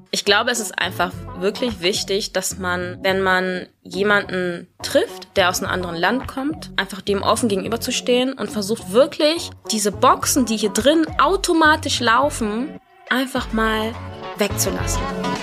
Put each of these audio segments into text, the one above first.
Ich glaube, es ist einfach wirklich wichtig, dass man, wenn man jemanden trifft, der aus einem anderen Land kommt, einfach dem offen gegenüberzustehen und versucht wirklich, diese Boxen, die hier drin automatisch laufen, einfach mal wegzulassen.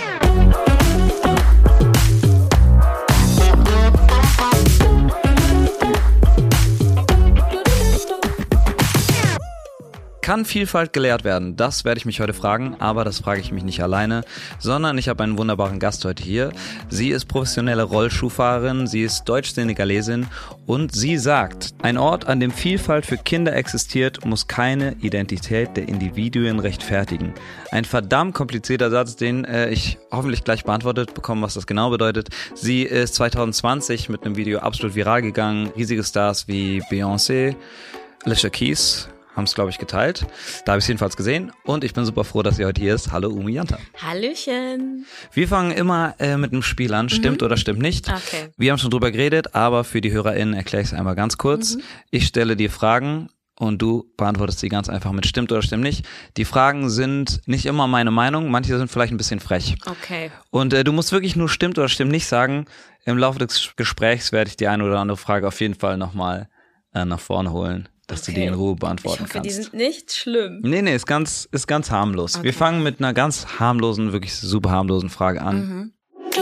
Kann Vielfalt gelehrt werden? Das werde ich mich heute fragen, aber das frage ich mich nicht alleine, sondern ich habe einen wunderbaren Gast heute hier. Sie ist professionelle Rollschuhfahrerin, sie ist deutsch-senegalesin und sie sagt, ein Ort, an dem Vielfalt für Kinder existiert, muss keine Identität der Individuen rechtfertigen. Ein verdammt komplizierter Satz, den ich hoffentlich gleich beantwortet bekomme, was das genau bedeutet. Sie ist 2020 mit einem Video absolut viral gegangen. Riesige Stars wie Beyoncé, Alicia Keys haben es, glaube ich, geteilt. Da habe ich es jedenfalls gesehen und ich bin super froh, dass sie heute hier ist. Hallo Umiyanta. Hallöchen. Wir fangen immer mit einem Spiel an, stimmt oder stimmt nicht. Okay. Wir haben schon drüber geredet, aber für die HörerInnen erkläre ich es einmal ganz kurz. Ich stelle dir Fragen und du beantwortest sie ganz einfach mit stimmt oder stimmt nicht. Die Fragen sind nicht immer meine Meinung, manche sind vielleicht ein bisschen frech. Okay. Und du musst wirklich nur stimmt oder stimmt nicht sagen. Im Laufe des Gesprächs werde ich die eine oder andere Frage auf jeden Fall nochmal nach vorne holen, dass du die in Ruhe beantworten kannst. Ich hoffe, die sind nicht schlimm. Nee, ist ganz harmlos. Okay. Wir fangen mit einer ganz harmlosen, wirklich super harmlosen Frage an.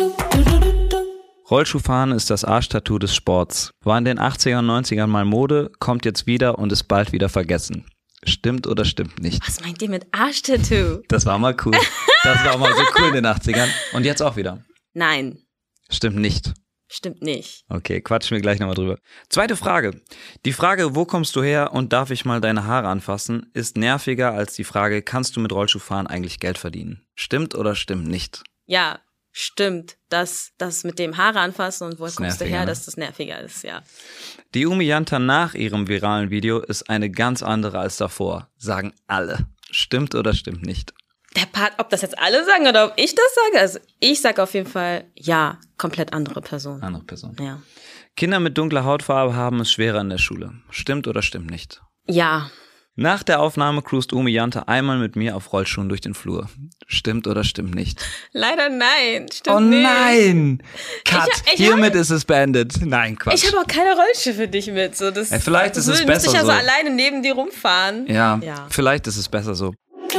Rollschuhfahren ist das Arschtattoo des Sports. War in den 80er und 90ern mal Mode, kommt jetzt wieder und ist bald wieder vergessen. Stimmt oder stimmt nicht? Was meint ihr mit Arschtattoo? Das war mal cool. Das war mal so cool in den 80ern. Und jetzt auch wieder. Nein. Stimmt nicht. Stimmt nicht. Okay, quatschen wir gleich nochmal drüber. Zweite Frage. Die Frage, wo kommst du her und darf ich mal deine Haare anfassen, ist nerviger als die Frage, kannst du mit Rollschuhfahren eigentlich Geld verdienen? Stimmt oder stimmt nicht? Ja, stimmt. Das mit dem Haare anfassen und wo kommst du her, dass das nerviger ist, ja. Die Umiyanta nach ihrem viralen Video ist eine ganz andere als davor, sagen alle. Stimmt oder stimmt nicht? Der Part, ob das jetzt alle sagen oder ob ich das sage, also ich sage auf jeden Fall, ja, komplett andere Person. Andere Person. Ja. Kinder mit dunkler Hautfarbe haben es schwerer in der Schule. Stimmt oder stimmt nicht? Ja. Nach der Aufnahme cruist Umiyanta einmal mit mir auf Rollschuhen durch den Flur. Stimmt oder stimmt nicht? Leider nein, stimmt nicht. Oh nein! Cut, hiermit ist es beendet. Nein, Quatsch. Ich habe auch keine Rollschuhe für dich mit. So, das, vielleicht ist es besser so. Müsste ich ja so alleine neben dir rumfahren. Ja, vielleicht ist es besser so.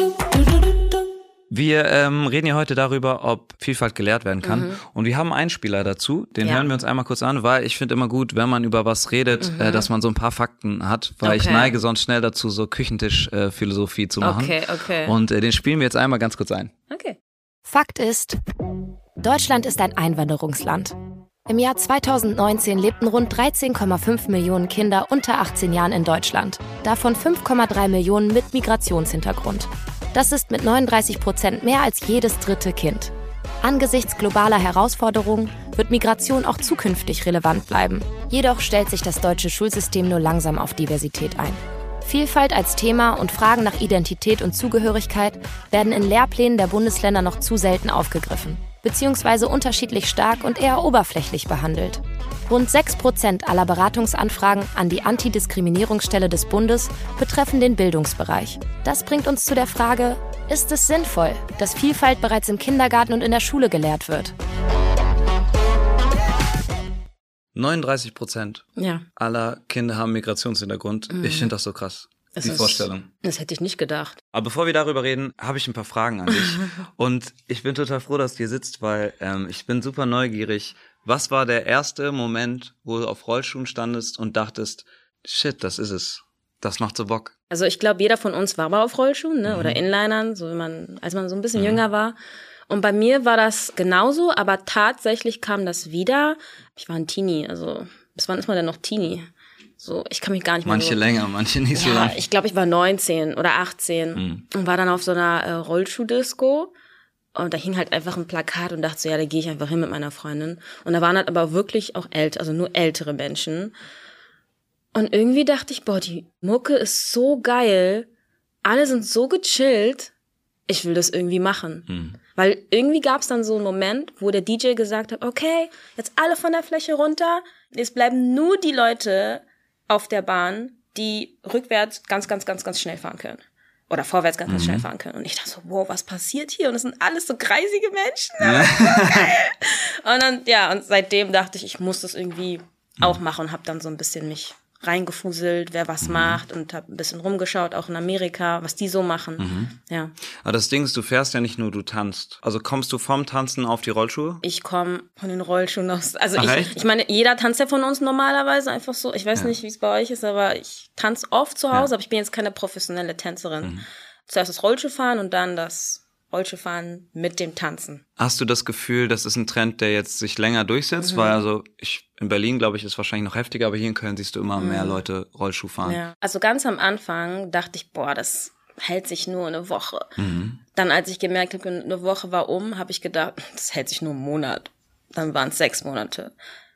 Wir reden ja heute darüber, ob Vielfalt gelehrt werden kann. Und wir haben einen Einspieler dazu, den hören wir uns einmal kurz an, weil ich finde immer gut, wenn man über was redet, dass man so ein paar Fakten hat, weil ich neige sonst schnell dazu, so Küchentisch-Philosophie zu machen. Okay. Und den spielen wir jetzt einmal ganz kurz ein. Okay. Fakt ist, Deutschland ist ein Einwanderungsland. Im Jahr 2019 lebten rund 13,5 Millionen Kinder unter 18 Jahren in Deutschland, davon 5,3 Millionen mit Migrationshintergrund. Das ist mit 39% mehr als jedes dritte Kind. Angesichts globaler Herausforderungen wird Migration auch zukünftig relevant bleiben. Jedoch stellt sich das deutsche Schulsystem nur langsam auf Diversität ein. Vielfalt als Thema und Fragen nach Identität und Zugehörigkeit werden in Lehrplänen der Bundesländer noch zu selten aufgegriffen, beziehungsweise unterschiedlich stark und eher oberflächlich behandelt. Rund 6% aller Beratungsanfragen an die Antidiskriminierungsstelle des Bundes betreffen den Bildungsbereich. Das bringt uns zu der Frage, ist es sinnvoll, dass Vielfalt bereits im Kindergarten und in der Schule gelehrt wird? 39% aller Kinder haben Migrationshintergrund. Ich finde das so krass. Vorstellung. Das hätte ich nicht gedacht. Aber bevor wir darüber reden, habe ich ein paar Fragen an dich. Und ich bin total froh, dass du hier sitzt, weil ich bin super neugierig. Was war der erste Moment, wo du auf Rollschuhen standest und dachtest, shit, das ist es. Das macht so Bock. Also ich glaube, jeder von uns war mal auf Rollschuhen, ne? Oder Inlinern, so als man so ein bisschen jünger war. Und bei mir war das genauso, aber tatsächlich kam das wieder. Ich war ein Teenie, also bis wann ist man denn noch Teenie? So, ich kann mich gar nicht mehr Manche länger, manche nicht so lang. Ich glaube, ich war 19 oder 18 und war dann auf so einer Rollschuhdisco. Und da hing halt einfach ein Plakat und dachte so, ja, da gehe ich einfach hin mit meiner Freundin. Und da waren halt aber wirklich auch also nur ältere Menschen. Und irgendwie dachte ich, boah, die Mucke ist so geil. Alle sind so gechillt. Ich will das irgendwie machen. Weil irgendwie gab es dann so einen Moment, wo der DJ gesagt hat, okay, jetzt alle von der Fläche runter. Jetzt bleiben nur die Leute auf der Bahn, die rückwärts ganz, ganz, ganz, ganz schnell fahren können. oder vorwärts ganz schnell fahren können. Und ich dachte so, wow, was passiert hier? Und das sind alles so kreisige Menschen. Das ist so geil. Und dann, und seitdem dachte ich muss das irgendwie auch machen und habe dann so ein bisschen mich reingefuselt, wer was macht und habe ein bisschen rumgeschaut, auch in Amerika, was die so machen. Ja. Aber das Ding ist, du fährst ja nicht nur, du tanzt. Also kommst du vom Tanzen auf die Rollschuhe? Ich komme von den Rollschuhen aus. Also Ach, ich meine, jeder tanzt ja von uns normalerweise einfach so. Ich weiß nicht, wie es bei euch ist, aber ich tanze oft zu Hause, aber ich bin jetzt keine professionelle Tänzerin. Zuerst das Rollschuhfahren und dann das Rollschuhfahren mit dem Tanzen. Hast du das Gefühl, das ist ein Trend, der jetzt sich länger durchsetzt? Weil also in Berlin, glaube ich, ist wahrscheinlich noch heftiger, aber hier in Köln siehst du immer mehr Leute Rollschuh fahren. Ja. Also ganz am Anfang dachte ich, das hält sich nur eine Woche. Dann, als ich gemerkt habe, eine Woche war habe ich gedacht, das hält sich nur einen Monat. Dann waren es 6 Monate.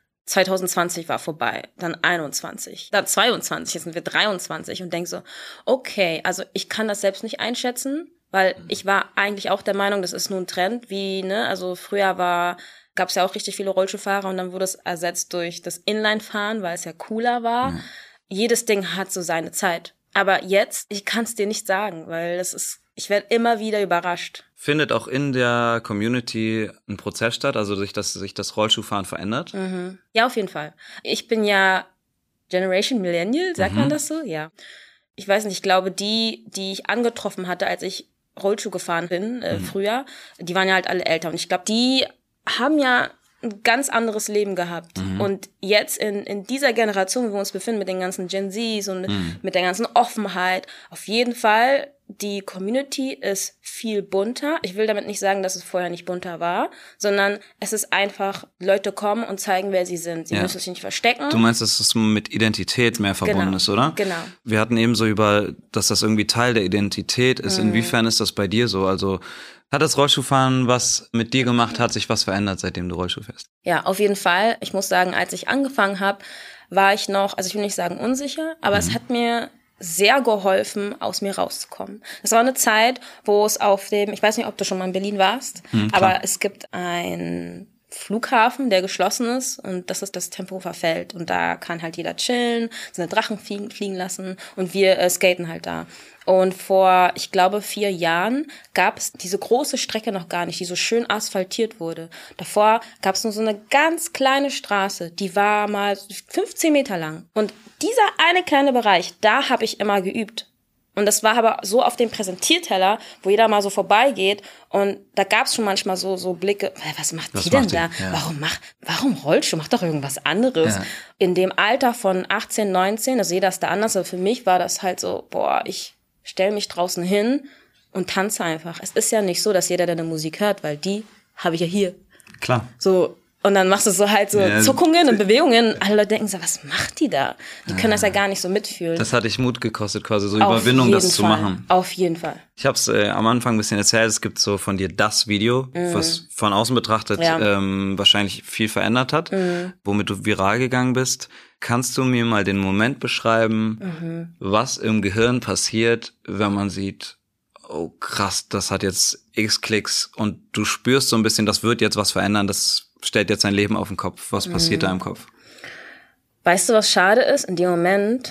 2020 war vorbei, dann 21, dann 22, jetzt sind wir 23 und denk so, okay, also ich kann das selbst nicht einschätzen, weil ich war eigentlich auch der Meinung, das ist nur ein Trend, also früher gab es ja auch richtig viele Rollschuhfahrer und dann wurde es ersetzt durch das Inline-Fahren, weil es ja cooler war. Jedes Ding hat so seine Zeit. Aber jetzt, ich kann es dir nicht sagen, weil ich werde immer wieder überrascht. Findet auch in der Community ein Prozess statt, also sich das Rollschuhfahren verändert? Ja, auf jeden Fall. Ich bin ja Generation Millennial, sagt man das so? Ja. Ich weiß nicht, ich glaube, die ich angetroffen hatte, als ich Rollschuh gefahren bin, früher, die waren ja halt alle älter. Und ich glaube, die haben ja ein ganz anderes Leben gehabt. Und jetzt in dieser Generation, wo wir uns befinden, mit den ganzen Gen Zs und mit der ganzen Offenheit, auf jeden Fall, die Community ist viel bunter. Ich will damit nicht sagen, dass es vorher nicht bunter war, sondern es ist einfach, Leute kommen und zeigen, wer sie sind. Sie müssen sich nicht verstecken. Du meinst, dass es mit Identität mehr verbunden ist, oder? Genau. Wir hatten eben so dass das irgendwie Teil der Identität ist. Inwiefern ist das bei dir so? Also hat das Rollschuhfahren was mit dir gemacht? Hat sich was verändert, seitdem du Rollschuh fährst? Ja, auf jeden Fall. Ich muss sagen, als ich angefangen habe, war ich noch, also ich will nicht sagen unsicher, aber es hat mir sehr geholfen, aus mir rauszukommen. Das war eine Zeit, wo es ich weiß nicht, ob du schon mal in Berlin warst, aber es gibt einen Flughafen, der geschlossen ist und das ist das Tempelhofer Feld und da kann halt jeder chillen, seine Drachen fliegen lassen und wir skaten halt da. Und vor, ich glaube, 4 Jahren gab es diese große Strecke noch gar nicht, die so schön asphaltiert wurde. Davor gab es nur so eine ganz kleine Straße, die war mal 15 Meter lang. Und dieser eine kleine Bereich, da habe ich immer geübt. Und das war aber so auf dem Präsentierteller, wo jeder mal so vorbeigeht. Und da gab es schon manchmal so Blicke, was macht die denn da? Ja. Warum Rollschuh? Mach doch irgendwas anderes. Ja. In dem Alter von 18, 19, also jeder ist da anders, aber für mich war das halt so, ich stell mich draußen hin und tanze einfach. Es ist ja nicht so, dass jeder deine Musik hört, weil die habe ich ja hier. Klar. So, und dann machst du so halt so Zuckungen und Bewegungen. Alle Leute denken so, was macht die da? Die können das ja gar nicht so mitfühlen. Das hat dich Mut gekostet, quasi so Überwindung, das zu machen. Auf jeden Fall. Ich habe es am Anfang ein bisschen erzählt, es gibt so von dir das Video, was von außen betrachtet wahrscheinlich viel verändert hat, womit du viral gegangen bist. Kannst du mir mal den Moment beschreiben, was im Gehirn passiert, wenn man sieht, oh krass, das hat jetzt X Klicks und du spürst so ein bisschen, das wird jetzt was verändern, das stellt jetzt dein Leben auf den Kopf. Was passiert da im Kopf? Weißt du, was schade ist? In dem Moment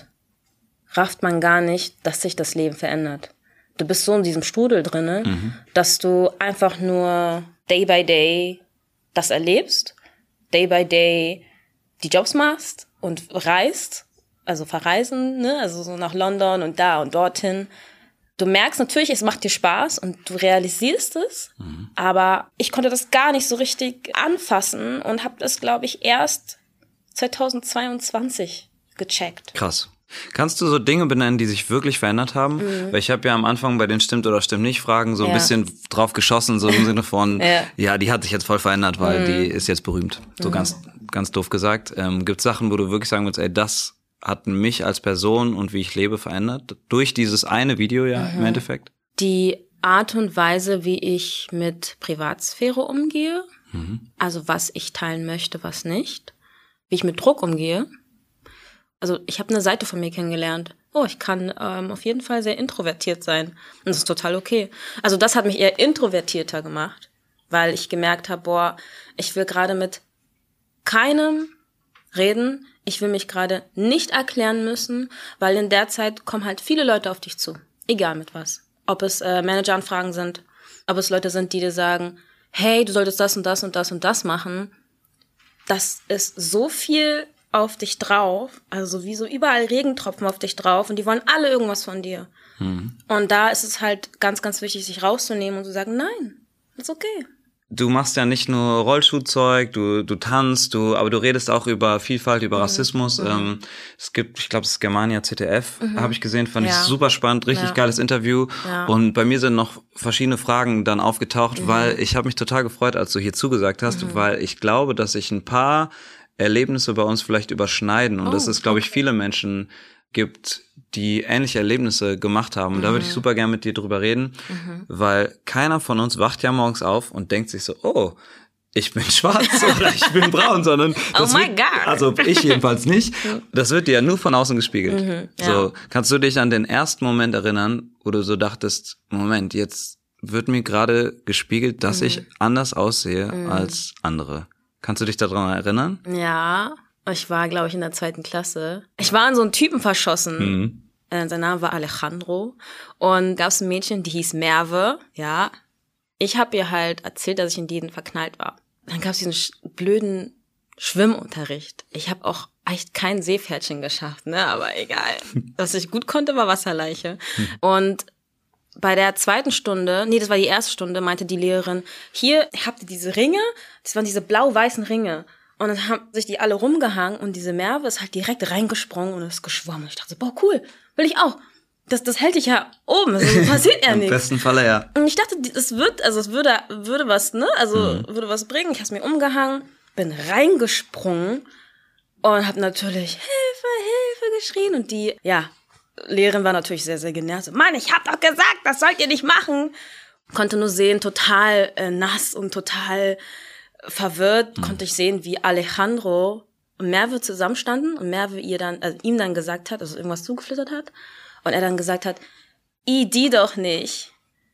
rafft man gar nicht, dass sich das Leben verändert. Du bist so in diesem Strudel drinne, dass du einfach nur day by day das erlebst, day by day die Jobs machst und reist, also verreisen, ne? Also so nach London und da und dorthin. Du merkst natürlich, es macht dir Spaß und du realisierst es, aber ich konnte das gar nicht so richtig anfassen und habe das, glaube ich, erst 2022 gecheckt. Krass. Kannst du so Dinge benennen, die sich wirklich verändert haben? Weil ich habe ja am Anfang bei den Stimmt oder Stimmt nicht Fragen so ein bisschen drauf geschossen, so im Sinne von, die hat sich jetzt voll verändert, weil die ist jetzt berühmt. So ganz doof gesagt. Gibt's Sachen, wo du wirklich sagen würdest, das hat mich als Person und wie ich lebe verändert? Durch dieses eine Video im Endeffekt? Die Art und Weise, wie ich mit Privatsphäre umgehe, also was ich teilen möchte, was nicht, wie ich mit Druck umgehe. Also ich habe eine Seite von mir kennengelernt. Ich kann auf jeden Fall sehr introvertiert sein. Und das ist total okay. Also das hat mich eher introvertierter gemacht, weil ich gemerkt habe, ich will gerade mit keinem reden. Ich will mich gerade nicht erklären müssen, weil in der Zeit kommen halt viele Leute auf dich zu. Egal mit was. Ob es Manageranfragen sind, ob es Leute sind, die dir sagen, hey, du solltest das und das und das und das machen. Das ist so viel auf dich drauf, also wie so überall Regentropfen auf dich drauf und die wollen alle irgendwas von dir. Und da ist es halt ganz, ganz wichtig, sich rauszunehmen und zu sagen, nein, ist okay. Du machst ja nicht nur Rollschuhzeug, du tanzt, aber du redest auch über Vielfalt, über Rassismus. Es gibt, ich glaube, das ist Germania ZDF, habe ich gesehen, fand ich super spannend, richtig geiles Interview. Ja. Und bei mir sind noch verschiedene Fragen dann aufgetaucht, weil ich habe mich total gefreut, als du hier zugesagt hast, weil ich glaube, dass sich ein paar Erlebnisse bei uns vielleicht überschneiden und dass es, glaube ich, viele Menschen gibt, die ähnliche Erlebnisse gemacht haben. Und da würde ich super gerne mit dir drüber reden, weil keiner von uns wacht ja morgens auf und denkt sich so, oh, ich bin schwarz oder ich bin braun, sondern oh my God. Also ich jedenfalls nicht. Das wird dir ja nur von außen gespiegelt. So, kannst du dich an den ersten Moment erinnern, wo du so dachtest, Moment, jetzt wird mir gerade gespiegelt, dass ich anders aussehe als andere. Kannst du dich daran erinnern? Ja. Ich war, glaube ich, in der 2. Klasse. Ich war an so einen Typen verschossen. Sein Name war Alejandro. Und gab es ein Mädchen, die hieß Merve. Ja. Ich habe ihr halt erzählt, dass ich in diesen verknallt war. Dann gab es diesen blöden Schwimmunterricht. Ich habe auch echt kein Seepferdchen geschafft, ne? Aber egal. Was ich gut konnte, war Wasserleiche. Und bei der 2. Stunde, das war die 1. Stunde, meinte die Lehrerin, hier habt ihr diese Ringe. Das waren diese blau-weißen Ringe. Und dann haben sich die alle rumgehangen und diese Merve ist halt direkt reingesprungen und ist geschwommen. Ich dachte so, boah, cool, will ich auch. Das hält dich ja oben, also passiert ja nichts. Im besten Falle, ja. Und ich dachte, es würde was, ne? Also würde was bringen. Ich hab's mir umgehangen, bin reingesprungen und hab natürlich Hilfe geschrien. Und die, Lehrerin war natürlich sehr, sehr genervt. So, Mann, ich hab doch gesagt, das sollt ihr nicht machen. Konnte nur sehen, total nass und total verwirrt, konnte ich sehen, wie Alejandro und Merve zusammenstanden und Merve ihm dann gesagt hat, also irgendwas zugeflüstert hat und er dann gesagt hat, die doch nicht.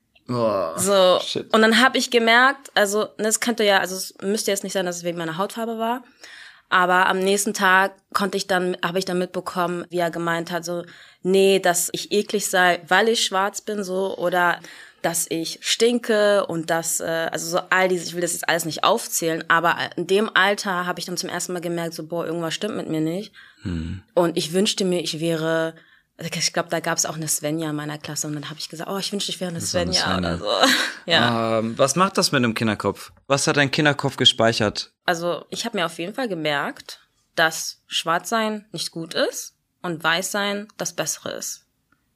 Oh, so. Shit. Und dann habe ich gemerkt, also es es müsste jetzt nicht sein, dass es wegen meiner Hautfarbe war, aber am nächsten Tag habe ich dann mitbekommen, wie er gemeint hat, so, nee, dass ich eklig sei, weil ich schwarz bin, so, oder dass ich stinke und dass, also so all diese, ich will das jetzt alles nicht aufzählen, aber in dem Alter habe ich dann zum ersten Mal gemerkt, so, boah, irgendwas stimmt mit mir nicht. Und ich wünschte mir, ich glaube, da gab es auch eine Svenja in meiner Klasse und dann habe ich gesagt, oh, ich wünschte, ich wäre eine Svenja oder so. Ja. Was macht das mit dem Kinderkopf? Was hat dein Kinderkopf gespeichert? Also ich habe mir auf jeden Fall gemerkt, dass Schwarzsein nicht gut ist und Weißsein das Bessere ist.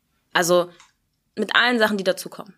Also mit allen Sachen, die dazukommen.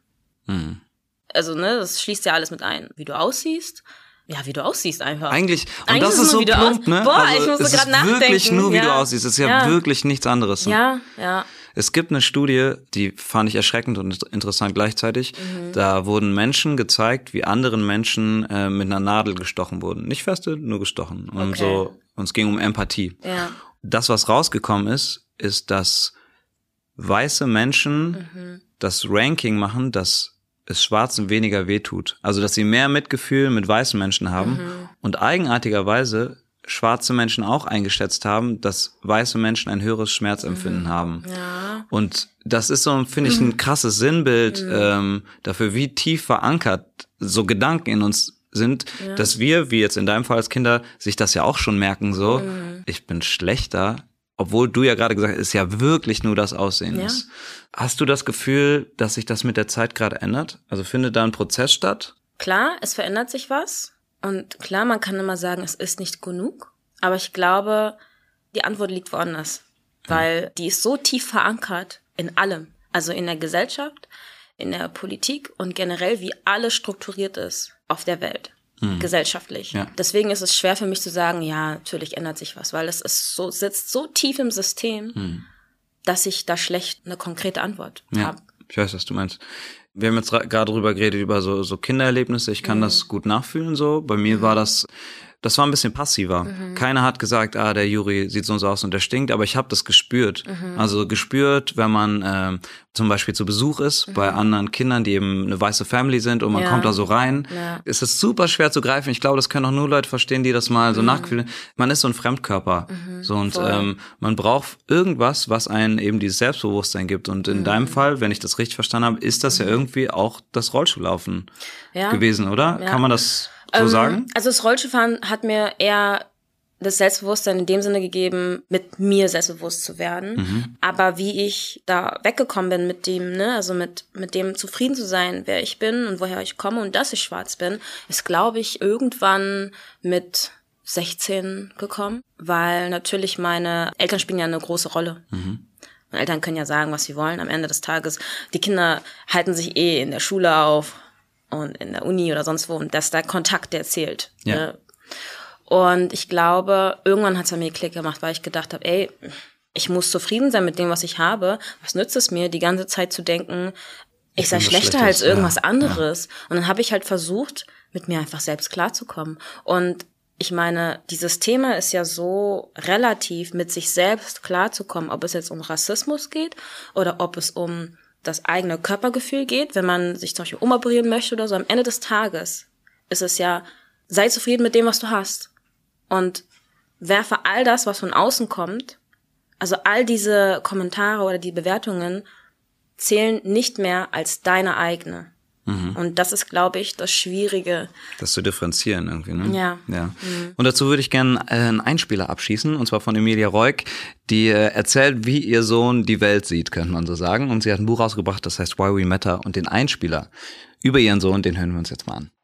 Also, das schließt ja alles mit ein. Wie du aussiehst. Ja, wie du aussiehst einfach. Eigentlich das ist so plump, ne? Boah, also, ich muss so gerade nachdenken. Es ist wirklich nur, wie du aussiehst. Es ist ja wirklich nichts anderes. Ja. Es gibt eine Studie, die fand ich erschreckend und interessant gleichzeitig. Da wurden Menschen gezeigt, wie anderen Menschen mit einer Nadel gestochen wurden. Nicht feste, nur gestochen. Und und es ging um Empathie. Ja. Das, was rausgekommen ist, dass weiße Menschen das Ranking machen, dass es Schwarzen weniger wehtut. Also, dass sie mehr Mitgefühl mit weißen Menschen haben und eigenartigerweise schwarze Menschen auch eingeschätzt haben, dass weiße Menschen ein höheres Schmerzempfinden haben. Ja. Und das ist so, finde ich, ein krasses Sinnbild dafür, wie tief verankert so Gedanken in uns sind, dass wir, wie jetzt in deinem Fall als Kinder, sich das ja auch schon merken, so, ich bin schlechter, obwohl du ja gerade gesagt hast, ist ja wirklich nur das Aussehen ist. Hast du das Gefühl, dass sich das mit der Zeit gerade ändert? Also findet da ein Prozess statt? Klar, es verändert sich was. Und klar, man kann immer sagen, es ist nicht genug. Aber ich glaube, die Antwort liegt woanders. Weil die ist so tief verankert in allem. Also in der Gesellschaft, in der Politik und generell, wie alles strukturiert ist auf der Welt. Gesellschaftlich. Ja. Deswegen ist es schwer für mich zu sagen, ja, natürlich ändert sich was, weil es ist so, sitzt so tief im System, dass ich da schlecht eine konkrete Antwort habe. Ich weiß, was du meinst. Wir haben jetzt gerade drüber geredet, über so Kindererlebnisse. Ich kann das gut nachfühlen so. Bei mir war das das war ein bisschen passiver. Keiner hat gesagt, der Juri sieht so und so aus und der stinkt, aber ich habe das gespürt. Also gespürt, wenn man zum Beispiel zu Besuch ist bei anderen Kindern, die eben eine weiße Family sind und man kommt da so rein, ist es super schwer zu greifen. Ich glaube, das können auch nur Leute verstehen, die das mal so nachfühlen. Man ist so ein Fremdkörper. So und man braucht irgendwas, was einen eben dieses Selbstbewusstsein gibt. Und in deinem Fall, wenn ich das richtig verstanden habe, ist das ja irgendwie auch das Rollschuhlaufen gewesen, oder? Ja. Kann man das so sagen? Also das Rollschuhfahren hat mir eher das Selbstbewusstsein in dem Sinne gegeben, mit mir selbstbewusst zu werden. Aber wie ich da weggekommen bin mit dem, ne, also mit dem zufrieden zu sein, wer ich bin und woher ich komme und dass ich schwarz bin, ist, glaube ich, irgendwann mit 16 gekommen, weil natürlich meine Eltern spielen ja eine große Rolle. Meine Eltern können ja sagen, was sie wollen. Am Ende des Tages, die Kinder halten sich in der Schule auf und in der Uni oder sonst wo, und dass der Kontakt, der zählt. Ja. Ne? Und ich glaube, irgendwann hat es bei mir Klick gemacht, weil ich gedacht habe, ich muss zufrieden sein mit dem, was ich habe. Was nützt es mir, die ganze Zeit zu denken, ich sei schlechter als irgendwas anderes? Ja. Und dann habe ich halt versucht, mit mir einfach selbst klarzukommen. Und ich meine, dieses Thema ist ja so relativ, mit sich selbst klarzukommen, ob es jetzt um Rassismus geht oder ob es um das eigene Körpergefühl geht, wenn man sich zum Beispiel umoperieren möchte oder so. Am Ende des Tages ist es ja, sei zufrieden mit dem, was du hast. Und werfe all das, was von außen kommt, also all diese Kommentare oder die Bewertungen, zählen nicht mehr als deine eigene. Und das ist, glaube ich, das Schwierige. Das zu differenzieren irgendwie, ne? Ja. Und dazu würde ich gerne einen Einspieler abschießen, und zwar von Emilia Reuk, die erzählt, wie ihr Sohn die Welt sieht, könnte man so sagen. Und sie hat ein Buch rausgebracht, das heißt Why We Matter. Und den Einspieler über ihren Sohn, den hören wir uns jetzt mal an.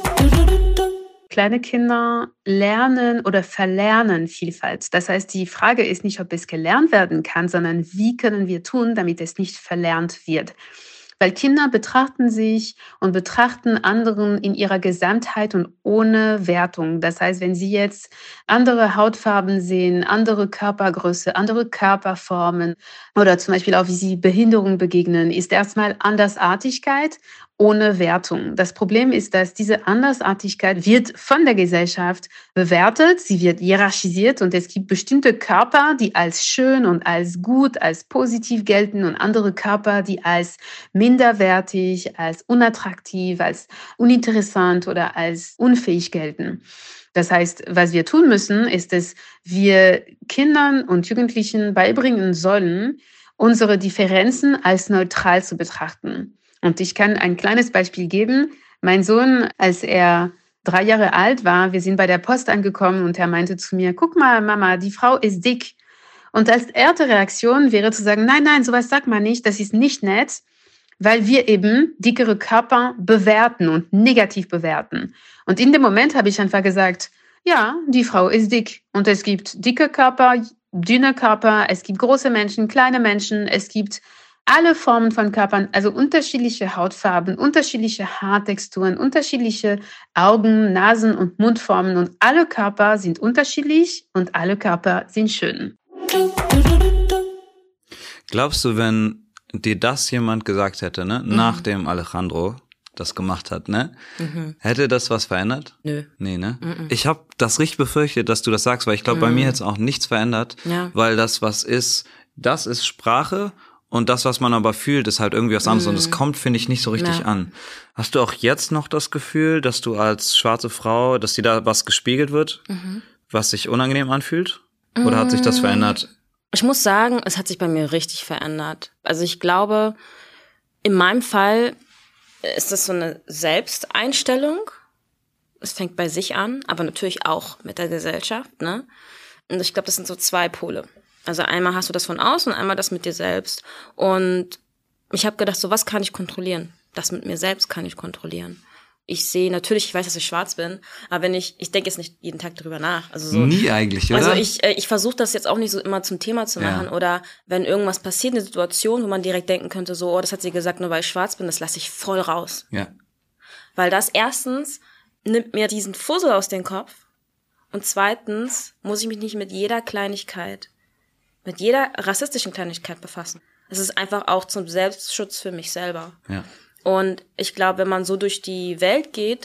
Kleine Kinder lernen oder verlernen Vielfalt. Das heißt, die Frage ist nicht, ob es gelernt werden kann, sondern wie können wir tun, damit es nicht verlernt wird. Weil Kinder betrachten sich und betrachten anderen in ihrer Gesamtheit und ohne Wertung. Das heißt, wenn sie jetzt andere Hautfarben sehen, andere Körpergröße, andere Körperformen oder zum Beispiel auch, wie sie Behinderung begegnen, ist erstmal Andersartigkeit ohne Wertung. Das Problem ist, dass diese Andersartigkeit wird von der Gesellschaft bewertet, sie wird hierarchisiert und es gibt bestimmte Körper, die als schön und als gut, als positiv gelten und andere Körper, die als minderwertig, als unattraktiv, als uninteressant oder als unfähig gelten. Das heißt, was wir tun müssen, ist, dass wir Kindern und Jugendlichen beibringen sollen, unsere Differenzen als neutral zu betrachten. Und ich kann ein kleines Beispiel geben. Mein Sohn, als er 3 Jahre alt war, wir sind bei der Post angekommen und er meinte zu mir, guck mal, Mama, die Frau ist dick. Und als erste Reaktion wäre zu sagen, nein, sowas sagt man nicht, das ist nicht nett, weil wir eben dickere Körper bewerten und negativ bewerten. Und in dem Moment habe ich einfach gesagt, ja, die Frau ist dick. Und es gibt dicke Körper, dünne Körper, es gibt große Menschen, kleine Menschen, es gibt alle Formen von Körpern, also unterschiedliche Hautfarben, unterschiedliche Haartexturen, unterschiedliche Augen, Nasen und Mundformen und alle Körper sind unterschiedlich und alle Körper sind schön. Glaubst du, wenn dir das jemand gesagt hätte, ne, nachdem Alejandro das gemacht hat, ne, hätte das was verändert? Nö. Nee, ne? Ich habe das richtig befürchtet, dass du das sagst, weil ich glaube, bei mir hätte es auch nichts verändert, weil das ist Sprache. Und das, was man aber fühlt, ist halt irgendwie was anderes. Und es kommt, finde ich, nicht so richtig an. Hast du auch jetzt noch das Gefühl, dass du als schwarze Frau, dass dir da was gespiegelt wird, was sich unangenehm anfühlt? Oder hat sich das verändert? Ich muss sagen, es hat sich bei mir richtig verändert. Also ich glaube, in meinem Fall ist das so eine Selbsteinstellung. Es fängt bei sich an, aber natürlich auch mit der Gesellschaft, ne? Und ich glaube, das sind so 2 Pole. Also einmal hast du das von außen, einmal das mit dir selbst. Und ich habe gedacht, so was kann ich kontrollieren? Das mit mir selbst kann ich kontrollieren. Ich sehe natürlich, ich weiß, dass ich schwarz bin, aber ich denke jetzt nicht jeden Tag drüber nach. Also so, nie eigentlich, oder? Also ich versuche das jetzt auch nicht so immer zum Thema zu machen. Oder wenn irgendwas passiert, eine Situation, wo man direkt denken könnte, so, oh, das hat sie gesagt, nur weil ich schwarz bin, das lasse ich voll raus. Ja. Weil das erstens nimmt mir diesen Fussel aus dem Kopf und zweitens muss ich mich nicht mit jeder Kleinigkeit, mit jeder rassistischen Kleinigkeit befassen. Es ist einfach auch zum Selbstschutz für mich selber. Ja. Und ich glaube, wenn man so durch die Welt geht,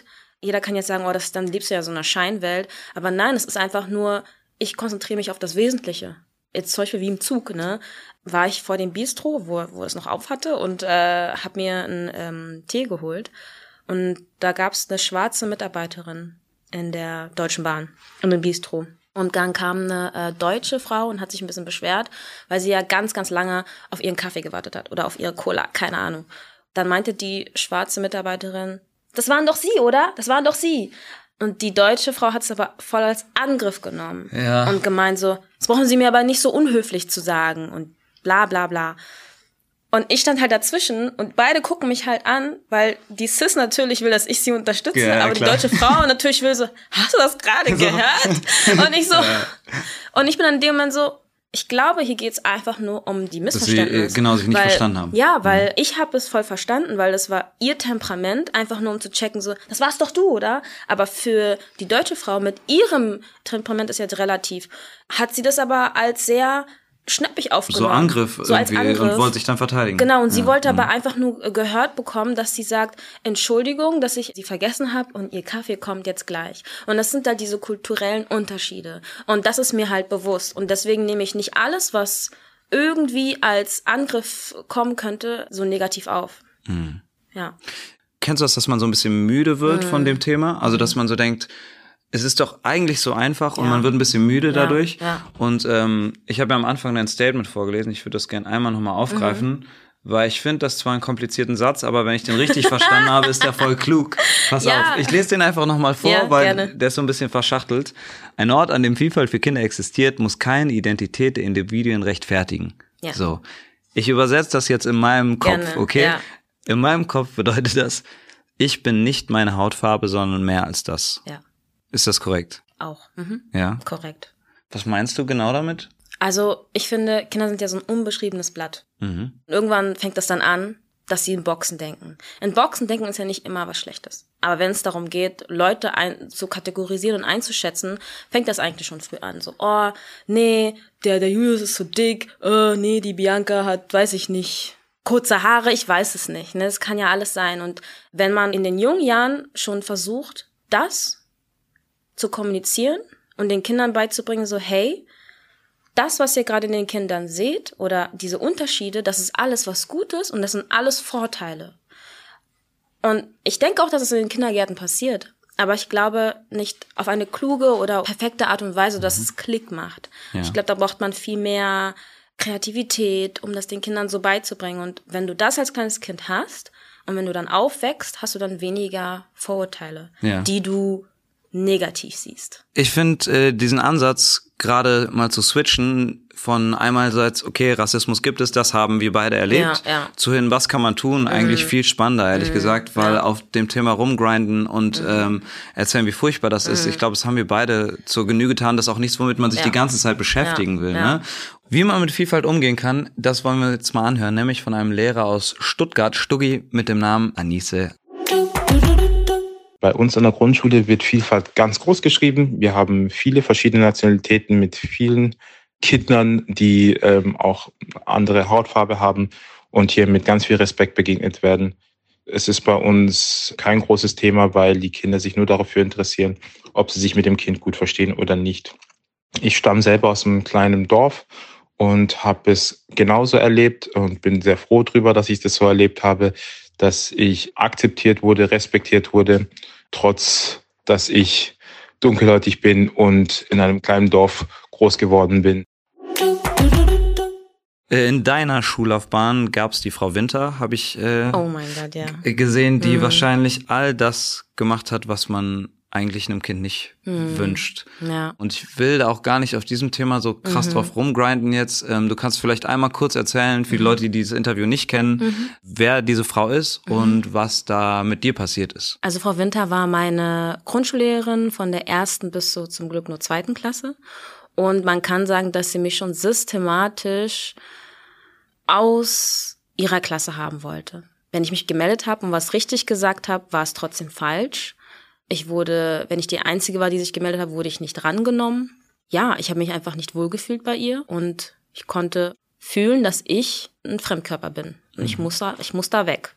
Jeder kann jetzt sagen, dann lebst du ja so in einer Scheinwelt. Aber nein, es ist einfach nur, ich konzentriere mich auf das Wesentliche. Jetzt zum Beispiel wie im Zug, ne? War ich vor dem Bistro, wo es noch auf hatte und habe mir einen Tee geholt. Und da gab es eine schwarze Mitarbeiterin in der Deutschen Bahn, in dem Bistro. Und dann kam eine deutsche Frau und hat sich ein bisschen beschwert, weil sie ja ganz, ganz lange auf ihren Kaffee gewartet hat oder auf ihre Cola, keine Ahnung. Dann meinte die schwarze Mitarbeiterin, das waren doch Sie, oder? Das waren doch Sie. Und die deutsche Frau hat es aber voll als Angriff genommen. Ja. Und gemeint so, das brauchen Sie mir aber nicht so unhöflich zu sagen und bla bla bla. Und ich stand halt dazwischen und beide gucken mich halt an, weil die Sis natürlich will, dass ich sie unterstütze, ja, aber klar. die deutsche Frau natürlich will so, hast du das gerade gehört? Und ich so, und ich bin dann in dem Moment so, ich glaube, hier geht's einfach nur um die Missverständnisse. Dass sie sich nicht verstanden haben. Ja, weil ich habe es voll verstanden, weil das war ihr Temperament, einfach nur um zu checken, so, das warst doch du, oder? Aber für die deutsche Frau mit ihrem Temperament ist jetzt relativ, hat sie das aber als sehr schnappig aufgenommen. So Angriff so als irgendwie Angriff. Und wollte sich dann verteidigen. Genau, und sie wollte aber einfach nur gehört bekommen, dass sie sagt, Entschuldigung, dass ich sie vergessen habe und ihr Kaffee kommt jetzt gleich. Und das sind halt diese kulturellen Unterschiede. Und das ist mir halt bewusst. Und deswegen nehme ich nicht alles, was irgendwie als Angriff kommen könnte, so negativ auf. Ja. Kennst du das, dass man so ein bisschen müde wird von dem Thema? Also, dass man so denkt, es ist doch eigentlich so einfach und man wird ein bisschen müde dadurch. Ja. Und ich habe ja am Anfang dein Statement vorgelesen. Ich würde das gerne einmal nochmal aufgreifen, weil ich finde das zwar einen komplizierten Satz, aber wenn ich den richtig verstanden habe, ist der voll klug. Pass auf, ich lese den einfach nochmal vor, weil gerne. der ist so ein bisschen verschachtelt. Ein Ort, an dem Vielfalt für Kinder existiert, muss keine Identität der Individuen rechtfertigen. Ja. So, ich übersetze das jetzt in meinem Kopf, Gerne. okay? Ja. In meinem Kopf bedeutet das, ich bin nicht meine Hautfarbe, sondern mehr als das. Ja, Ist das korrekt? auch. Ja. Korrekt. Was meinst du genau damit? Also ich finde, Kinder sind ja so ein unbeschriebenes Blatt. Irgendwann fängt das dann an, dass sie in Boxen denken. In Boxen denken ist ja nicht immer was Schlechtes. Aber wenn es darum geht, Leute zu kategorisieren und einzuschätzen, fängt das eigentlich schon früh an. So, oh, nee, der Julius ist so dick, nee, die Bianca hat, weiß ich nicht, kurze Haare, ich weiß es nicht. Ne? Das kann ja alles sein. Und wenn man in den jungen Jahren schon versucht, das zu kommunizieren und den Kindern beizubringen, so, hey, das, was ihr gerade in den Kindern seht oder diese Unterschiede, das ist alles was Gutes und das sind alles Vorteile. Und ich denke auch, dass es in den Kindergärten passiert. Aber ich glaube nicht auf eine kluge oder perfekte Art und Weise, dass es Klick macht. Ja. Ich glaube, da braucht man viel mehr Kreativität, um das den Kindern so beizubringen. Und wenn du das als kleines Kind hast und wenn du dann aufwächst, hast du dann weniger Vorurteile, die du negativ siehst. Ich finde diesen Ansatz, gerade mal zu switchen von einerseits, okay, Rassismus gibt es, das haben wir beide erlebt, zu hin, was kann man tun, eigentlich viel spannender, ehrlich gesagt, weil auf dem Thema rumgrinden und erzählen, wie furchtbar das ist, ich glaube, das haben wir beide zur Genüge getan, das ist auch nichts, womit man sich die ganze Zeit beschäftigen will. Ne? Wie man mit Vielfalt umgehen kann, das wollen wir jetzt mal anhören, nämlich von einem Lehrer aus Stuttgart, Stuggi, mit dem Namen Anise. Bei uns an der Grundschule wird Vielfalt ganz groß geschrieben. Wir haben viele verschiedene Nationalitäten mit vielen Kindern, die auch andere Hautfarbe haben und hier mit ganz viel Respekt begegnet werden. Es ist bei uns kein großes Thema, weil die Kinder sich nur dafür interessieren, ob sie sich mit dem Kind gut verstehen oder nicht. Ich stamme selber aus einem kleinen Dorf und habe es genauso erlebt und bin sehr froh darüber, dass ich das so erlebt habe, dass ich akzeptiert wurde, respektiert wurde, trotz dass ich dunkelhäutig bin und in einem kleinen Dorf groß geworden bin. In deiner Schullaufbahn gab es die Frau Winter, habe ich Oh mein Gott, ja. gesehen, die wahrscheinlich all das gemacht hat, was man eigentlich einem Kind nicht wünscht. Ja. Und ich will da auch gar nicht auf diesem Thema so krass drauf rumgrinden jetzt. Du kannst vielleicht einmal kurz erzählen, für die Leute, die dieses Interview nicht kennen, wer diese Frau ist und was da mit dir passiert ist. Also Frau Winter war meine Grundschullehrerin von der 1. bis so zum Glück nur 2. Klasse. Und man kann sagen, dass sie mich schon systematisch aus ihrer Klasse haben wollte. Wenn ich mich gemeldet habe und was richtig gesagt habe, war es trotzdem falsch. Wenn ich die Einzige war, die sich gemeldet hat, wurde ich nicht drangenommen. Ja, ich habe mich einfach nicht wohlgefühlt bei ihr und ich konnte fühlen, dass ich ein Fremdkörper bin. Und ich muss da weg.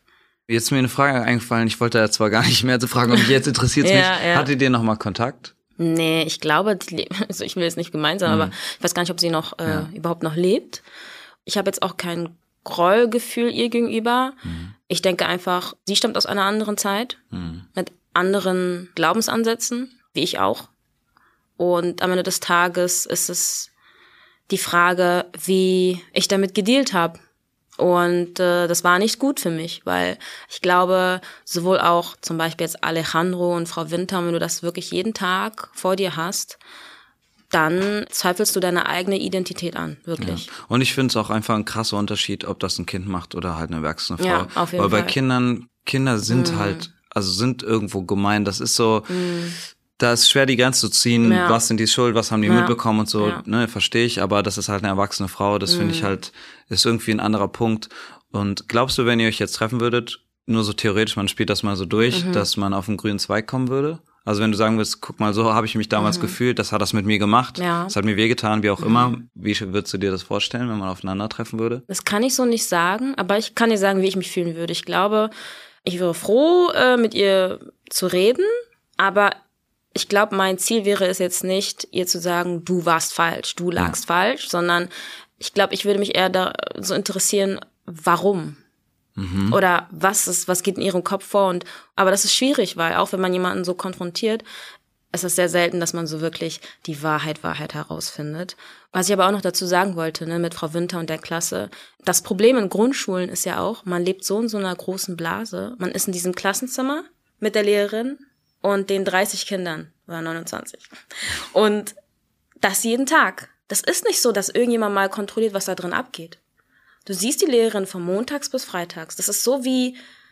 Jetzt ist mir eine Frage eingefallen, ich wollte ja zwar gar nicht mehr zu fragen, aber jetzt interessiert es mich. Hattet ihr nochmal Kontakt? Nee, ich glaube, also ich will jetzt nicht gemein sein, aber ich weiß gar nicht, ob sie noch überhaupt noch lebt. Ich habe jetzt auch kein Grollgefühl ihr gegenüber. Ich denke einfach, sie stammt aus einer anderen Zeit, mit anderen Glaubensansätzen, wie ich auch. Und am Ende des Tages ist es die Frage, wie ich damit gedealt habe. Und das war nicht gut für mich, weil ich glaube, sowohl auch zum Beispiel jetzt Alejandro und Frau Winter, wenn du das wirklich jeden Tag vor dir hast, dann zweifelst du deine eigene Identität an, wirklich. Ja. Und ich finde es auch einfach ein krasser Unterschied, ob das ein Kind macht oder halt eine erwachsene Frau. Ja, auf jeden Weil bei Fall. Kinder sind halt, also sind irgendwo gemein. Das ist so, da ist schwer die Grenze zu ziehen, was sind die schuld, was haben die mitbekommen und so, ne, verstehe ich, aber das ist halt eine erwachsene Frau, das finde ich halt, ist irgendwie ein anderer Punkt. Und glaubst du, wenn ihr euch jetzt treffen würdet, nur so theoretisch, man spielt das mal so durch, dass man auf einen grünen Zweig kommen würde? Also wenn du sagen würdest, guck mal, so habe ich mich damals gefühlt, das hat das mit mir gemacht, das hat mir wehgetan, wie auch immer. Wie würdest du dir das vorstellen, wenn man aufeinandertreffen würde? Das kann ich so nicht sagen, aber ich kann dir sagen, wie ich mich fühlen würde. Ich glaube, ich wäre froh, mit ihr zu reden, aber ich glaube, mein Ziel wäre es jetzt nicht, ihr zu sagen, du warst falsch, du lagst falsch, sondern ich glaube, ich würde mich eher da so interessieren, warum? Oder was geht in ihrem Kopf vor? Aber das ist schwierig, weil auch wenn man jemanden so konfrontiert, es ist sehr selten, dass man so wirklich die Wahrheit herausfindet. Was ich aber auch noch dazu sagen wollte, ne, mit Frau Winter und der Klasse, das Problem in Grundschulen ist ja auch, man lebt so in so einer großen Blase, man ist in diesem Klassenzimmer mit der Lehrerin und den 30 Kindern, oder 29. Und das jeden Tag. Das ist nicht so, dass irgendjemand mal kontrolliert, was da drin abgeht. Du siehst die Lehrerin von montags bis freitags. Das ist so wie,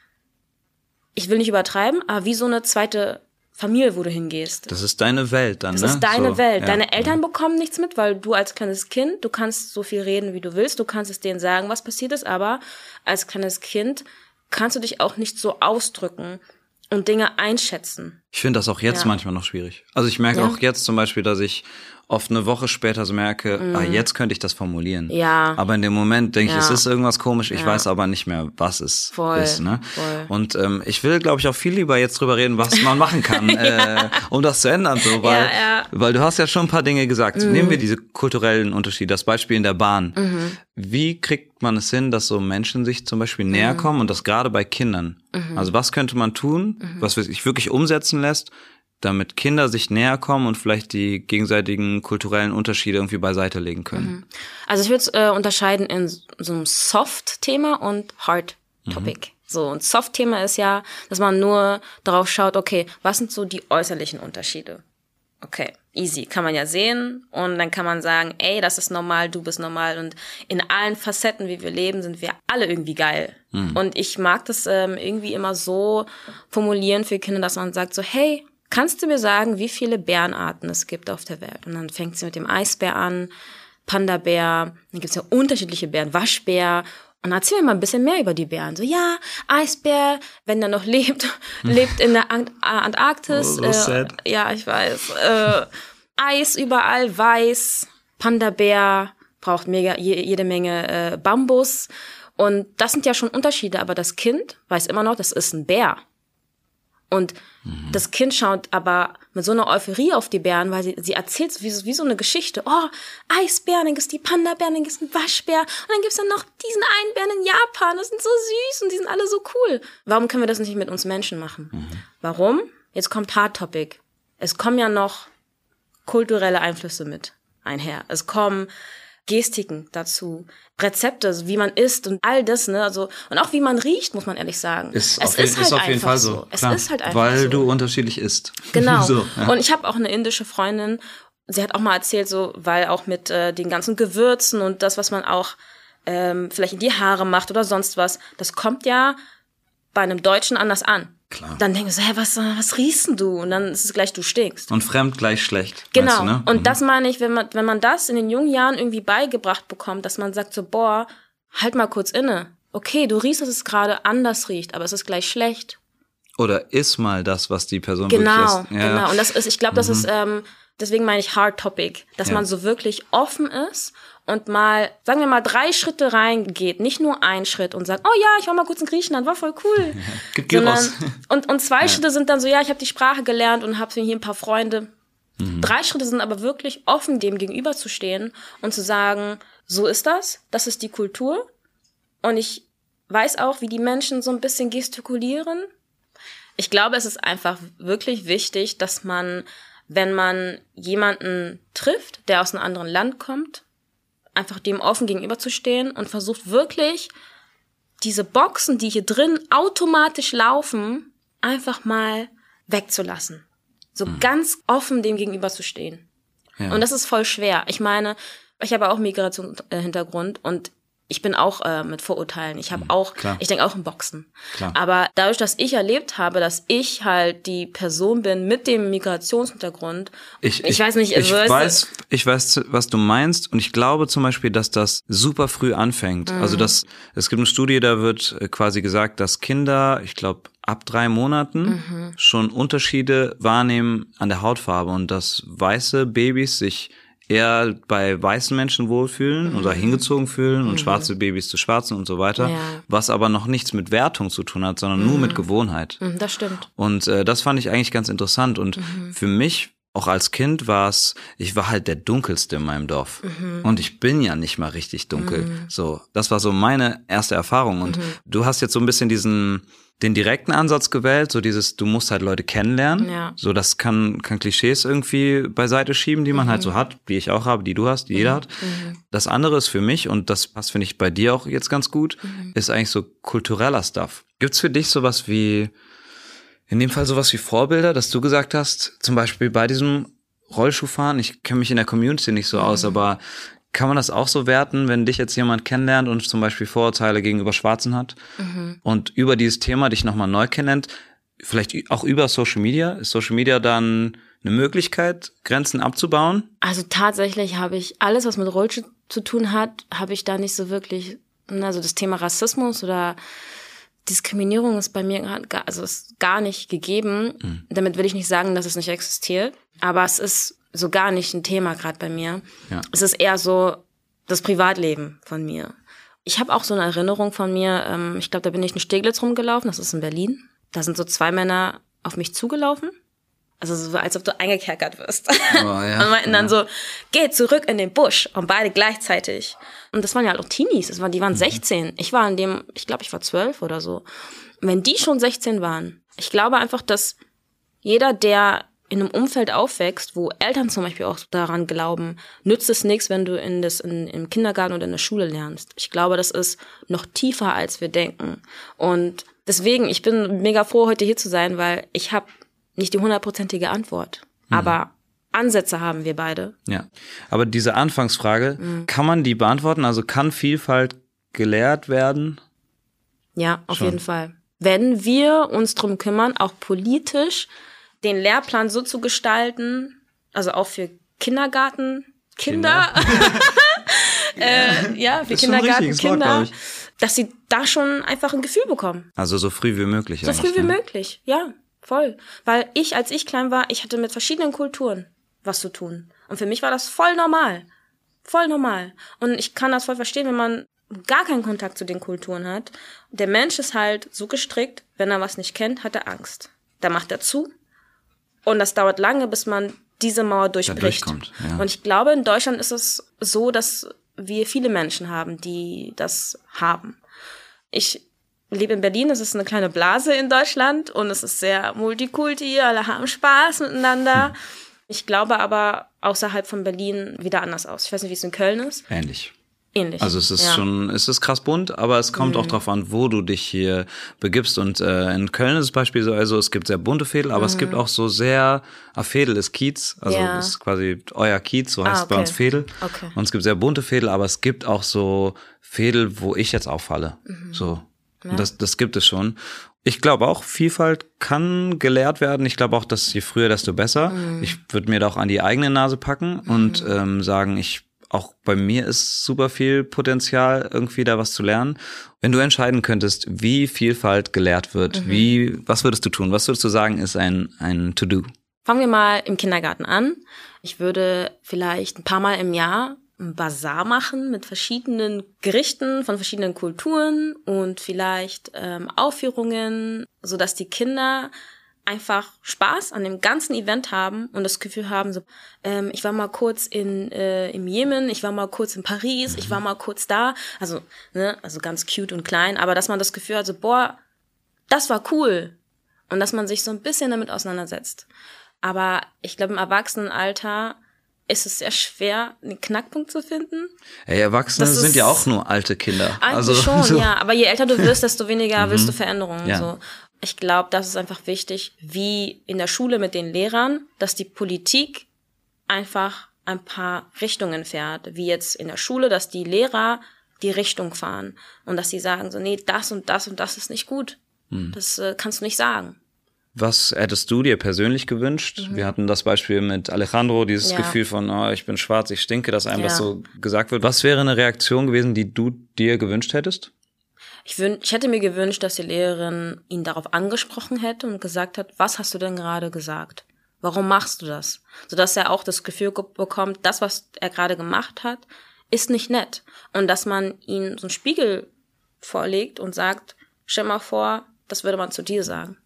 ich will nicht übertreiben, aber wie so eine zweite Familie, wo du hingehst. Das ist deine Welt dann, ne? Das ist deine Welt. Ja. Deine Eltern bekommen nichts mit, weil du als kleines Kind, du kannst so viel reden, wie du willst. Du kannst es denen sagen, was passiert ist, aber als kleines Kind kannst du dich auch nicht so ausdrücken und Dinge einschätzen. Ich finde das auch jetzt manchmal noch schwierig. Also ich merke auch jetzt zum Beispiel, dass ich oft eine Woche später so merke, jetzt könnte ich das formulieren. Ja. Aber in dem Moment denke ich, es ist irgendwas komisch, ich weiß aber nicht mehr, was es ist. Ne? Voll. Und ich will, glaube ich, auch viel lieber jetzt drüber reden, was man machen kann, um das zu ändern. So, weil du hast ja schon ein paar Dinge gesagt. Nehmen wir diese kulturellen Unterschiede, das Beispiel in der Bahn. Wie kriegt man es hin, dass so Menschen sich zum Beispiel näher kommen und das gerade bei Kindern? Also was könnte man tun, was sich wirklich umsetzen lässt, damit Kinder sich näher kommen und vielleicht die gegenseitigen kulturellen Unterschiede irgendwie beiseite legen können? Also ich würde es unterscheiden in so einem Soft-Thema und Hard-Topic. So, und Soft-Thema ist ja, dass man nur darauf schaut, okay, was sind so die äußerlichen Unterschiede? Okay, easy, kann man ja sehen und dann kann man sagen, ey, das ist normal, du bist normal und in allen Facetten, wie wir leben, sind wir alle irgendwie geil. Und ich mag das irgendwie immer so formulieren für Kinder, dass man sagt so, hey, kannst du mir sagen, wie viele Bärenarten es gibt auf der Welt? Und dann fängt sie mit dem Eisbär an, Panda-Bär, dann gibt's ja unterschiedliche Bären, Waschbär. Und dann erzähl mir mal ein bisschen mehr über die Bären. So, ja, Eisbär, wenn der noch lebt in der Antarktis. So sad. Ja, ich weiß. Eis überall, weiß, Panda-Bär, braucht jede Menge Bambus. Und das sind ja schon Unterschiede, aber das Kind weiß immer noch, das ist ein Bär. Und das Kind schaut aber mit so einer Euphorie auf die Bären, weil sie erzählt wie so eine Geschichte. Oh, Eisbär, dann gibt's die Panda-Bären, dann gibt's einen Waschbär und dann gibt's dann noch diesen einen Bären in Japan. Das sind so süß und die sind alle so cool. Warum können wir das nicht mit uns Menschen machen? Warum? Jetzt kommt Hard Topic. Es kommen ja noch kulturelle Einflüsse mit einher. Es kommen Gestiken dazu, Rezepte, wie man isst und all das, ne, also, und auch wie man riecht, muss man ehrlich sagen. Ist auf jeden Fall so. Es Klar, ist halt einfach weil so. du unterschiedlich isst. Genau. So, ja. Und ich habe auch eine indische Freundin, sie hat auch mal erzählt, so, weil auch mit den ganzen Gewürzen und das, was man auch vielleicht in die Haare macht oder sonst was, das kommt ja bei einem Deutschen anders an. Klar. Dann denkst du, hä, was riechst denn du? Und dann ist es gleich, du stinkst. Und fremd gleich schlecht. Genau. Meinst du, ne? Und das meine ich, wenn man das in den jungen Jahren irgendwie beigebracht bekommt, dass man sagt so, boah, halt mal kurz inne. Okay, du riechst, dass es gerade anders riecht, aber es ist gleich schlecht. Oder iss mal das, was die Person wirklich isst. Ja. Genau. Und das ist, ich glaube, das ist, deswegen meine ich Hard Topic, dass man so wirklich offen ist und mal, sagen wir mal, 3 Schritte reingeht, nicht nur einen Schritt und sagt, oh ja, ich war mal kurz in Griechenland, war voll cool. Gib Gyros. Und 2 Schritte sind dann so, ja, ich habe die Sprache gelernt und habe hier ein paar Freunde. 3 Schritte sind aber wirklich offen, dem gegenüberzustehen und zu sagen, so ist das ist die Kultur und ich weiß auch, wie die Menschen so ein bisschen gestikulieren. Ich glaube, es ist einfach wirklich wichtig, dass man, wenn man jemanden trifft, der aus einem anderen Land kommt, einfach dem offen gegenüberzustehen und versucht wirklich, diese Boxen, die hier drin automatisch laufen, einfach mal wegzulassen. So ganz offen dem gegenüberzustehen. Ja. Und das ist voll schwer. Ich meine, ich habe auch Migrationshintergrund und ich bin auch mit Vorurteilen. Ich habe auch, ich denke auch in Boxen. Klar. Aber dadurch, dass ich erlebt habe, dass ich halt die Person bin mit dem Migrationshintergrund, ich weiß nicht, ich weiß, was du meinst, und ich glaube zum Beispiel, dass das super früh anfängt. Also es gibt eine Studie, da wird quasi gesagt, dass Kinder, ich glaube, ab 3 Monaten schon Unterschiede wahrnehmen an der Hautfarbe und dass weiße Babys sich eher bei weißen Menschen wohlfühlen oder hingezogen fühlen und schwarze Babys zu schwarzen und so weiter, was aber noch nichts mit Wertung zu tun hat, sondern nur mit Gewohnheit. Das stimmt. Und das fand ich eigentlich ganz interessant und für mich auch als Kind ich war halt der Dunkelste in meinem Dorf. Und ich bin ja nicht mal richtig dunkel. So, das war so meine erste Erfahrung und du hast jetzt so ein bisschen den direkten Ansatz gewählt, so dieses, du musst halt Leute kennenlernen. Ja. So, das kann Klischees irgendwie beiseite schieben, die man halt so hat, die ich auch habe, die du hast, die jeder hat. Das andere ist für mich, und das passt, finde ich, bei dir auch jetzt ganz gut, ist eigentlich so kultureller Stuff. Gibt's für dich sowas wie, in dem Fall sowas wie Vorbilder, dass du gesagt hast, zum Beispiel bei diesem Rollschuhfahren, ich kenne mich in der Community nicht so aus, aber kann man das auch so werten, wenn dich jetzt jemand kennenlernt und zum Beispiel Vorurteile gegenüber Schwarzen hat und über dieses Thema dich nochmal neu kennenlernt, vielleicht auch über Social Media? Ist Social Media dann eine Möglichkeit, Grenzen abzubauen? Also tatsächlich habe ich alles, was mit Rollschuh zu tun hat, habe ich da nicht so wirklich, also das Thema Rassismus oder Diskriminierung ist bei mir ist gar nicht gegeben. Damit will ich nicht sagen, dass es nicht existiert, aber es ist so gar nicht ein Thema gerade bei mir. Ja. Es ist eher so das Privatleben von mir. Ich habe auch so eine Erinnerung von mir, ich glaube, da bin ich in Steglitz rumgelaufen, das ist in Berlin. Da sind so 2 Männer auf mich zugelaufen. Also so, als ob du eingekerkert wirst. Oh, ja, und meinten dann so, geh zurück in den Busch. Und beide gleichzeitig. Und das waren ja halt auch Teenies, die waren 16. Ich glaube, ich war 12 oder so. Und wenn die schon 16 waren, ich glaube einfach, dass jeder, der in einem Umfeld aufwächst, wo Eltern zum Beispiel auch daran glauben, nützt es nichts, wenn du im Kindergarten oder in der Schule lernst. Ich glaube, das ist noch tiefer, als wir denken. Und deswegen, ich bin mega froh, heute hier zu sein, weil ich habe nicht die 100%ige Antwort. Aber Ansätze haben wir beide. Ja, aber diese Anfangsfrage, kann man die beantworten? Also kann Vielfalt gelehrt werden? Ja, auf jeden Fall. Wenn wir uns drum kümmern, auch politisch, den Lehrplan so zu gestalten, also auch für Kindergartenkinder, für Kindergartenkinder, dass sie da schon einfach ein Gefühl bekommen. Also so früh wie möglich. So früh wie möglich, ja, voll. Weil als ich klein war, ich hatte mit verschiedenen Kulturen was zu tun. Und für mich war das voll normal. Voll normal. Und ich kann das voll verstehen, wenn man gar keinen Kontakt zu den Kulturen hat. Der Mensch ist halt so gestrickt, wenn er was nicht kennt, hat er Angst. Da macht er zu. Und das dauert lange, bis man diese Mauer durchbricht. Ja. Und ich glaube, in Deutschland ist es so, dass wir viele Menschen haben, die das haben. Ich lebe in Berlin, es ist eine kleine Blase in Deutschland und es ist sehr multikulti, alle haben Spaß miteinander. Ich glaube aber außerhalb von Berlin wieder anders aus. Ich weiß nicht, wie es in Köln ist. Ähnlich. Also es ist es ist krass bunt, aber es kommt auch drauf an, wo du dich hier begibst. Und in Köln ist es beispielsweise, also es gibt sehr bunte Veedel, aber es gibt auch so sehr, Veedel ist Kiez, also ist quasi euer Kiez, so heißt es bei uns Veedel. Okay. Und es gibt sehr bunte Veedel, aber es gibt auch so Veedel, wo ich jetzt auffalle. So. Ja. Und das gibt es schon. Ich glaube auch, Vielfalt kann gelehrt werden. Ich glaube auch, dass je früher, desto besser. Ich würde mir da auch an die eigene Nase packen und sagen, auch bei mir ist super viel Potenzial, irgendwie da was zu lernen. Wenn du entscheiden könntest, wie Vielfalt gelehrt wird, was würdest du tun? Was würdest du sagen, ist ein To-Do? Fangen wir mal im Kindergarten an. Ich würde vielleicht ein paar Mal im Jahr einen Basar machen mit verschiedenen Gerichten von verschiedenen Kulturen und vielleicht Aufführungen, sodass die Kinder einfach Spaß an dem ganzen Event haben und das Gefühl haben, so, ich war mal kurz im Jemen, ich war mal kurz in Paris, ich war mal kurz da, also ganz cute und klein, aber dass man das Gefühl hat, so, boah, das war cool und dass man sich so ein bisschen damit auseinandersetzt. Aber ich glaube, im Erwachsenenalter ist es sehr schwer, einen Knackpunkt zu finden. Hey, Erwachsene sind ja auch nur alte Kinder. Eigentlich schon, so. Ja, aber je älter du wirst, desto weniger willst du Veränderungen. Ja. So. Ich glaube, das ist einfach wichtig, wie in der Schule mit den Lehrern, dass die Politik einfach ein paar Richtungen fährt. Wie jetzt in der Schule, dass die Lehrer die Richtung fahren und dass sie sagen so, nee, das und das und das ist nicht gut. Das kannst du nicht sagen. Was hättest du dir persönlich gewünscht? Wir hatten das Beispiel mit Alejandro, dieses Gefühl von, ich bin schwarz, ich stinke, dass einem das so gesagt wird. Was wäre eine Reaktion gewesen, die du dir gewünscht hättest? Ich hätte mir gewünscht, dass die Lehrerin ihn darauf angesprochen hätte und gesagt hat, was hast du denn gerade gesagt? Warum machst du das? Sodass er auch das Gefühl bekommt, das, was er gerade gemacht hat, ist nicht nett. Und dass man ihm so einen Spiegel vorlegt und sagt, stell mal vor, das würde man zu dir sagen.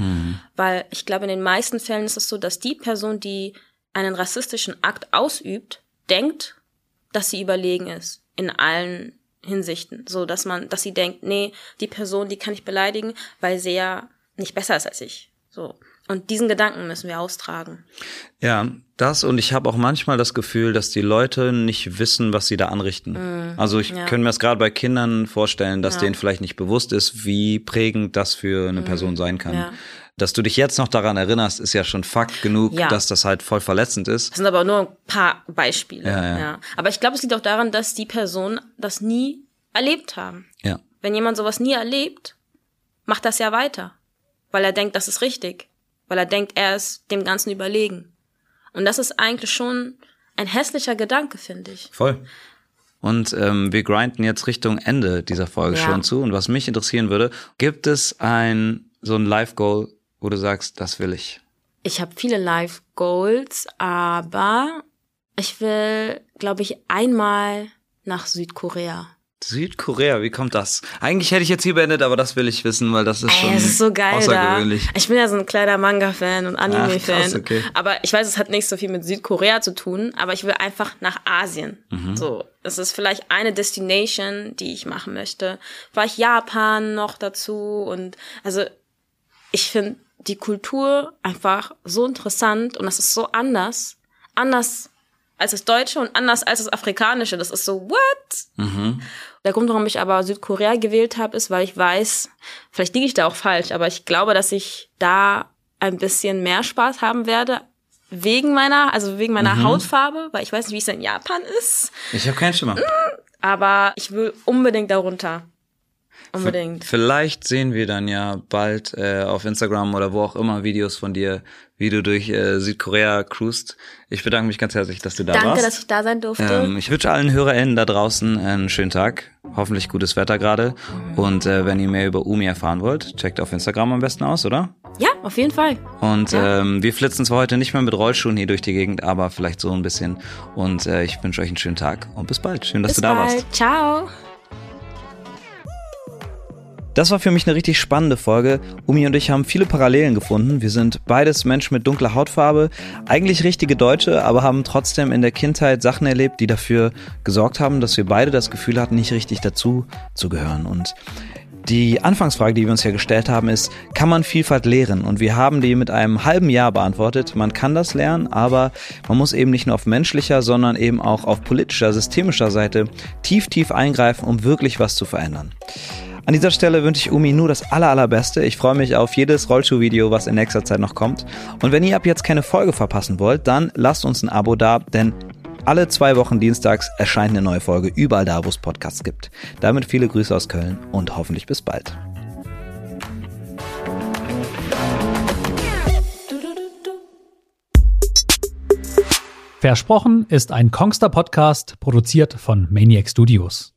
Weil ich glaube, in den meisten Fällen ist es so, dass die Person, die einen rassistischen Akt ausübt, denkt, dass sie überlegen ist in allen Hinsichten, so dass sie denkt, nee, die Person, die kann ich beleidigen, weil sie ja nicht besser ist als ich. So. Und diesen Gedanken müssen wir austragen. Ja, das, und ich habe auch manchmal das Gefühl, dass die Leute nicht wissen, was sie da anrichten. Also ich könnte mir das gerade bei Kindern vorstellen, dass denen vielleicht nicht bewusst ist, wie prägend das für eine Person sein kann. Ja. Dass du dich jetzt noch daran erinnerst, ist ja schon Fakt genug, dass das halt voll verletzend ist. Das sind aber nur ein paar Beispiele. Ja. Aber ich glaube, es liegt auch daran, dass die Personen das nie erlebt haben. Ja. Wenn jemand sowas nie erlebt, macht das ja weiter. Weil er denkt, das ist richtig. Weil er denkt, er ist dem Ganzen überlegen. Und das ist eigentlich schon ein hässlicher Gedanke, finde ich. Voll. Und wir grinden jetzt Richtung Ende dieser Folge schon zu. Und was mich interessieren würde, gibt es so ein Life-Goal, wo du sagst, das will ich? Ich habe viele Life-Goals, aber ich will, glaube ich, einmal nach Südkorea. Südkorea, wie kommt das? Eigentlich hätte ich jetzt hier beendet, aber das will ich wissen, weil das ist schon das ist so geil außergewöhnlich. Da. Ich bin ja so ein kleiner Manga-Fan und Anime-Fan. Okay. Aber ich weiß, es hat nicht so viel mit Südkorea zu tun, aber ich will einfach nach Asien. So, das ist vielleicht eine Destination, die ich machen möchte. Vielleicht Japan noch dazu und also ich finde die Kultur einfach so interessant und das ist so anders als das Deutsche und anders als das Afrikanische. Das ist so, what? Der Grund, warum ich aber Südkorea gewählt habe, ist, weil ich weiß, vielleicht liege ich da auch falsch, aber ich glaube, dass ich da ein bisschen mehr Spaß haben werde, wegen meiner Hautfarbe, weil ich weiß nicht, wie es in Japan ist. Ich habe keinen Schimmer. Aber ich will unbedingt darunter. Unbedingt. Vielleicht sehen wir dann ja bald auf Instagram oder wo auch immer Videos von dir, wie du durch Südkorea cruist. Ich bedanke mich ganz herzlich, dass du da warst. Danke, dass ich da sein durfte. Ich wünsche allen HörerInnen da draußen einen schönen Tag. Hoffentlich gutes Wetter gerade. Und wenn ihr mehr über Umi erfahren wollt, checkt auf Instagram am besten aus, oder? Ja, auf jeden Fall. Und wir flitzen zwar heute nicht mehr mit Rollschuhen hier durch die Gegend, aber vielleicht so ein bisschen. Und ich wünsche euch einen schönen Tag und bis bald. Schön, dass du da warst. Ciao. Das war für mich eine richtig spannende Folge. Umi und ich haben viele Parallelen gefunden. Wir sind beides Menschen mit dunkler Hautfarbe, eigentlich richtige Deutsche, aber haben trotzdem in der Kindheit Sachen erlebt, die dafür gesorgt haben, dass wir beide das Gefühl hatten, nicht richtig dazu zu gehören. Und die Anfangsfrage, die wir uns ja gestellt haben, ist, kann man Vielfalt lehren? Und wir haben die mit einem halben Ja beantwortet. Man kann das lernen, aber man muss eben nicht nur auf menschlicher, sondern eben auch auf politischer, systemischer Seite tief eingreifen, um wirklich was zu verändern. An dieser Stelle wünsche ich Umi nur das Allerbeste. Ich freue mich auf jedes Rollschuh-Video, was in nächster Zeit noch kommt. Und wenn ihr ab jetzt keine Folge verpassen wollt, dann lasst uns ein Abo da, denn alle 2 Wochen dienstags erscheint eine neue Folge, überall da, wo es Podcasts gibt. Damit viele Grüße aus Köln und hoffentlich bis bald. Versprochen ist ein Kongster Podcast, produziert von Maniac Studios.